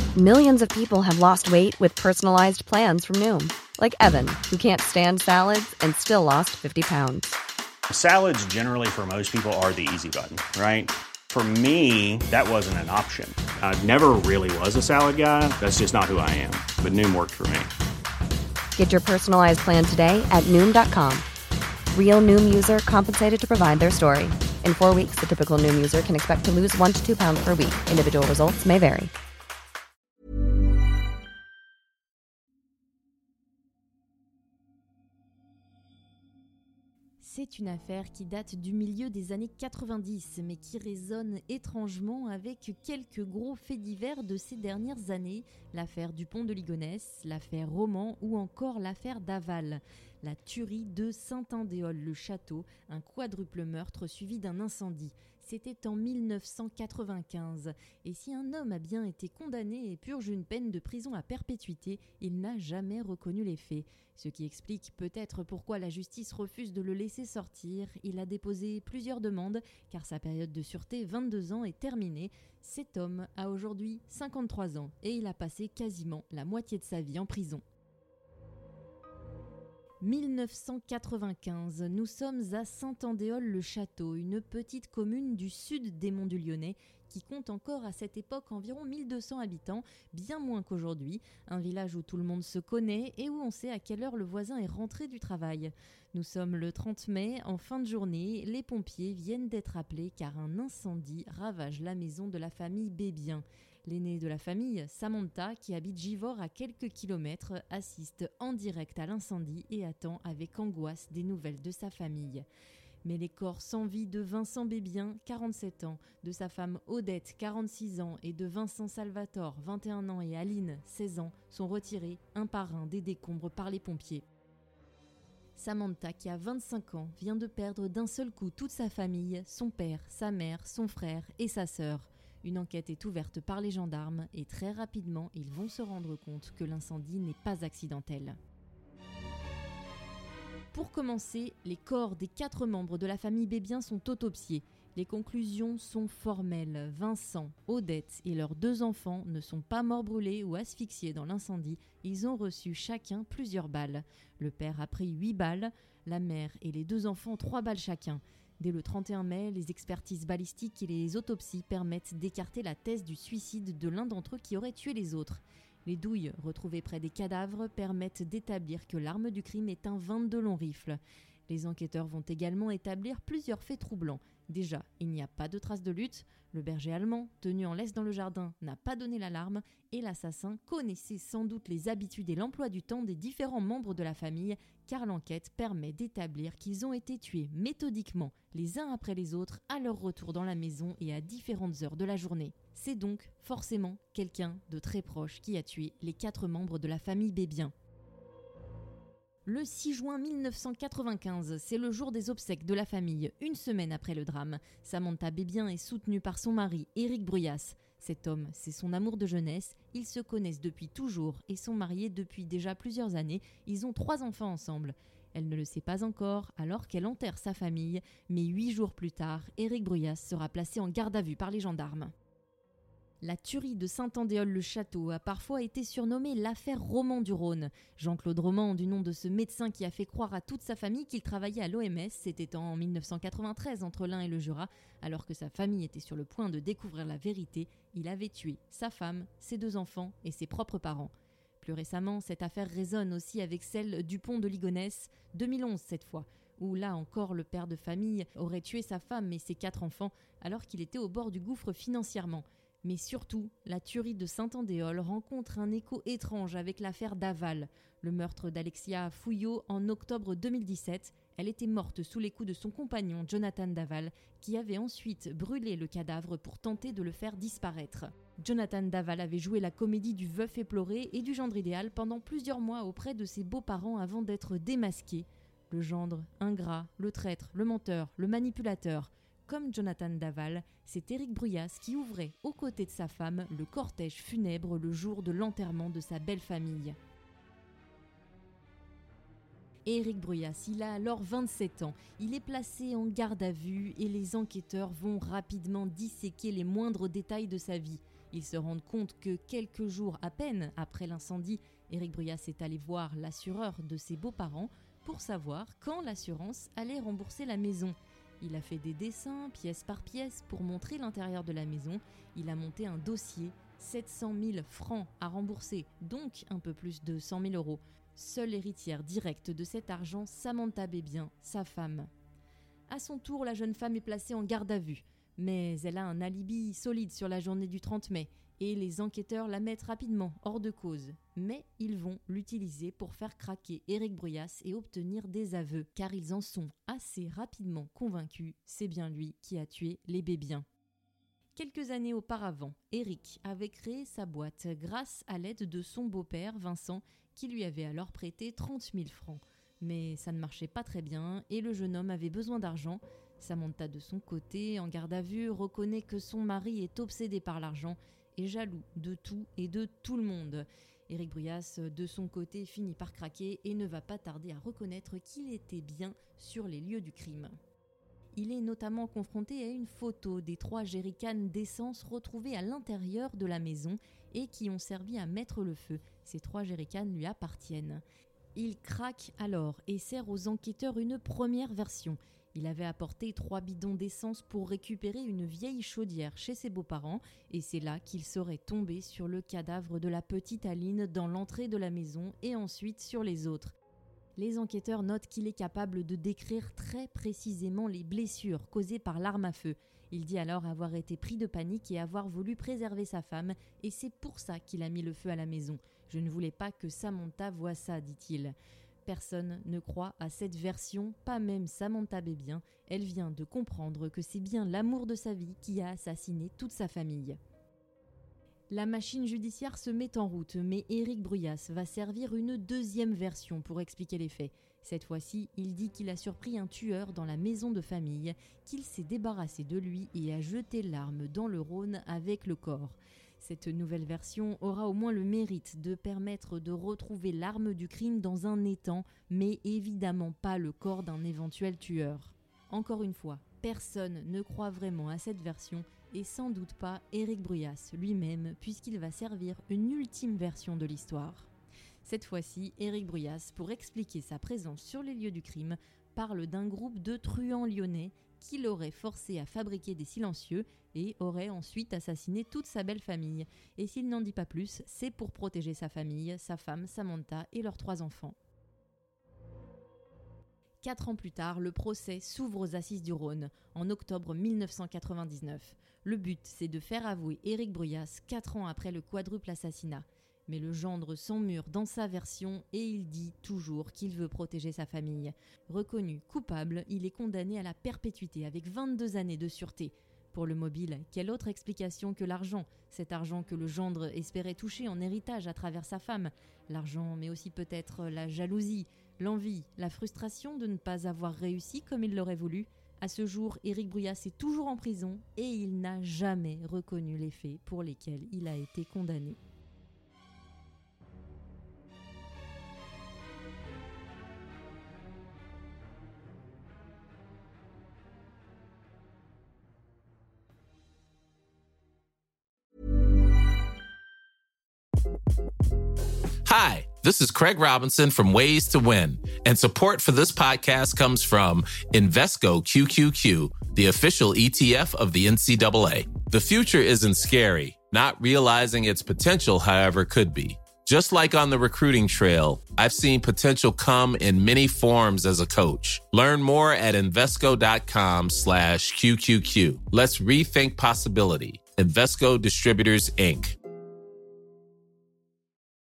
Millions of people have lost weight with personalized plans from Noom. Like Evan, who can't stand salads and still lost 50 pounds. Salads generally for most people are the easy button, right? For me, that wasn't an option. I never really was a salad guy. That's just not who I am. But Noom worked for me. Get your personalized plan today at Noom.com. Real Noom user compensated to provide their story. In 4 weeks, the typical Noom user can expect to lose 1 to 2 pounds per week. Individual results may vary. C'est une affaire qui date du milieu des années 90, mais qui résonne étrangement avec quelques gros faits divers de ces dernières années. L'affaire du pont de Ligonnès, l'affaire Roman ou encore l'affaire Daval. La tuerie de Saint-Andéol-le-Château, un quadruple meurtre suivi d'un incendie. C'était en 1995. Et si un homme a bien été condamné et purge une peine de prison à perpétuité, il n'a jamais reconnu les faits. Ce qui explique peut-être pourquoi la justice refuse de le laisser sortir. Il a déposé plusieurs demandes, car sa période de sûreté, 22 ans, est terminée. Cet homme a aujourd'hui 53 ans et il a passé quasiment la moitié de sa vie en prison. 1995, nous sommes à Saint-Andéol-le-Château, une petite commune du sud des Monts du Lyonnais qui compte encore à cette époque environ 1200 habitants, bien moins qu'aujourd'hui, un village où tout le monde se connaît et où on sait à quelle heure le voisin est rentré du travail. Nous sommes le 30 mai, en fin de journée, les pompiers viennent d'être appelés car un incendie ravage la maison de la famille Bébien. L'aîné de la famille, Samantha, qui habite Givors à quelques kilomètres, assiste en direct à l'incendie et attend avec angoisse des nouvelles de sa famille. Mais les corps sans vie de Vincent Bébien, 47 ans, de sa femme Odette, 46 ans, et de Vincent Salvatore, 21 ans, et Aline, 16 ans, sont retirés un par un des décombres par les pompiers. Samantha, qui a 25 ans, vient de perdre d'un seul coup toute sa famille, son père, sa mère, son frère et sa sœur. Une enquête est ouverte par les gendarmes et très rapidement, ils vont se rendre compte que l'incendie n'est pas accidentel. Pour commencer, les corps des 4 membres de la famille Bébien sont autopsiés. Les conclusions sont formelles. Vincent, Odette et leurs 2 enfants ne sont pas morts brûlés ou asphyxiés dans l'incendie. Ils ont reçu chacun plusieurs balles. Le père a pris 8 balles, la mère et les 2 enfants 3 balles chacun. Dès le 31 mai, les expertises balistiques et les autopsies permettent d'écarter la thèse du suicide de l'un d'entre eux qui aurait tué les autres. Les douilles retrouvées près des cadavres permettent d'établir que l'arme du crime est un 22 long rifle. Les enquêteurs vont également établir plusieurs faits troublants. Déjà, il n'y a pas de traces de lutte, le berger allemand, tenu en laisse dans le jardin, n'a pas donné l'alarme et l'assassin connaissait sans doute les habitudes et l'emploi du temps des différents membres de la famille, car l'enquête permet d'établir qu'ils ont été tués méthodiquement, les uns après les autres, à leur retour dans la maison et à différentes heures de la journée. C'est donc forcément quelqu'un de très proche qui a tué les 4 membres de la famille Bébien. Le 6 juin 1995, c'est le jour des obsèques de la famille, une semaine après le drame. Samantha Bébien est soutenue par son mari, Éric Bruyas. Cet homme, c'est son amour de jeunesse, ils se connaissent depuis toujours et sont mariés depuis déjà plusieurs années. Ils ont 3 enfants ensemble. Elle ne le sait pas encore alors qu'elle enterre sa famille, mais 8 jours plus tard, Éric Bruyas sera placé en garde à vue par les gendarmes. La tuerie de Saint-Andéol-le-Château a parfois été surnommée l'affaire Roman du Rhône. Jean-Claude Roman, du nom de ce médecin qui a fait croire à toute sa famille qu'il travaillait à l'OMS, c'était en 1993 entre l'Ain et le Jura, alors que sa famille était sur le point de découvrir la vérité, il avait tué sa femme, ses 2 enfants et ses propres parents. Plus récemment, cette affaire résonne aussi avec celle du pont de Ligonnès, 2011 cette fois, où là encore le père de famille aurait tué sa femme et ses 4 enfants alors qu'il était au bord du gouffre financièrement. Mais surtout, la tuerie de Saint-Andéol rencontre un écho étrange avec l'affaire Daval, le meurtre d'Alexia Fouillot en octobre 2017. Elle était morte sous les coups de son compagnon Jonathan Daval, qui avait ensuite brûlé le cadavre pour tenter de le faire disparaître. Jonathan Daval avait joué la comédie du veuf éploré et du gendre idéal pendant plusieurs mois auprès de ses beaux-parents avant d'être démasqué. Le gendre ingrat, le traître, le menteur, le manipulateur. Comme Jonathan Daval, c'est Éric Bruyas qui ouvrait, aux côtés de sa femme, le cortège funèbre le jour de l'enterrement de sa belle famille. Éric Bruyas, il a alors 27 ans. Il est placé en garde à vue et les enquêteurs vont rapidement disséquer les moindres détails de sa vie. Ils se rendent compte que quelques jours à peine après l'incendie, Éric Bruyas est allé voir l'assureur de ses beaux-parents pour savoir quand l'assurance allait rembourser la maison. Il a fait des dessins, pièce par pièce, pour montrer l'intérieur de la maison. Il a monté un dossier, 700 000 francs à rembourser, donc un peu plus de 100 000 euros. Seule héritière directe de cet argent, Samantha Bébien, sa femme. À son tour, la jeune femme est placée en garde à vue. Mais elle a un alibi solide sur la journée du 30 mai et les enquêteurs la mettent rapidement hors de cause. Mais ils vont l'utiliser pour faire craquer Éric Bruyas et obtenir des aveux, car ils en sont assez rapidement convaincus, c'est bien lui qui a tué les Bébiens. Quelques années auparavant, Éric avait créé sa boîte grâce à l'aide de son beau-père Vincent, qui lui avait alors prêté 30 000 francs. Mais ça ne marchait pas très bien et le jeune homme avait besoin d'argent. Samantha, de son côté, en garde à vue, reconnaît que son mari est obsédé par l'argent et jaloux de tout et de tout le monde. Éric Bruyas, de son côté, finit par craquer et ne va pas tarder à reconnaître qu'il était bien sur les lieux du crime. Il est notamment confronté à une photo des 3 jerrycans d'essence retrouvés à l'intérieur de la maison et qui ont servi à mettre le feu. Ces 3 jerrycans lui appartiennent. Il craque alors et sert aux enquêteurs une première version. Il avait apporté 3 bidons d'essence pour récupérer une vieille chaudière chez ses beaux-parents et c'est là qu'il serait tombé sur le cadavre de la petite Aline dans l'entrée de la maison et ensuite sur les autres. Les enquêteurs notent qu'il est capable de décrire très précisément les blessures causées par l'arme à feu. Il dit alors avoir été pris de panique et avoir voulu préserver sa femme et c'est pour ça qu'il a mis le feu à la maison. « Je ne voulais pas que Samantha voie ça », dit-il. Personne ne croit à cette version, pas même Samantha Bébien. Elle vient de comprendre que c'est bien l'amour de sa vie qui a assassiné toute sa famille. La machine judiciaire se met en route, mais Éric Bruyas va servir une deuxième version pour expliquer les faits. Cette fois-ci, il dit qu'il a surpris un tueur dans la maison de famille, qu'il s'est débarrassé de lui et a jeté l'arme dans le Rhône avec le corps. Cette nouvelle version aura au moins le mérite de permettre de retrouver l'arme du crime dans un étang, mais évidemment pas le corps d'un éventuel tueur. Encore une fois, personne ne croit vraiment à cette version et sans doute pas Éric Bruyas lui-même, puisqu'il va servir une ultime version de l'histoire. Cette fois-ci, Éric Bruyas, pour expliquer sa présence sur les lieux du crime, parle d'un groupe de truands lyonnais qui l'aurait forcé à fabriquer des silencieux et aurait ensuite assassiné toute sa belle famille. Et s'il n'en dit pas plus, c'est pour protéger sa famille, sa femme Samantha et leurs 3 enfants. 4 ans plus tard, le procès s'ouvre aux Assises du Rhône, en octobre 1999. Le but, c'est de faire avouer Éric Bruyas 4 ans après le quadruple assassinat. Mais le gendre s'emmure dans sa version et il dit toujours qu'il veut protéger sa famille. Reconnu coupable, il est condamné à la perpétuité avec 22 années de sûreté. Pour le mobile, quelle autre explication que l'argent ? Cet argent que le gendre espérait toucher en héritage à travers sa femme. L'argent, mais aussi peut-être la jalousie, l'envie, la frustration de ne pas avoir réussi comme il l'aurait voulu. À ce jour, Éric Bruyas est toujours en prison et il n'a jamais reconnu les faits pour lesquels il a été condamné. Hi, this is Craig Robinson from Ways to Win, and support for this podcast comes from Invesco QQQ, the official ETF of the NCAA. The future isn't scary. Not realizing its potential, however, could be. Just like on the recruiting trail, I've seen potential come in many forms as a coach. Learn more at Invesco.com/QQQ. Let's rethink possibility. Invesco Distributors, Inc.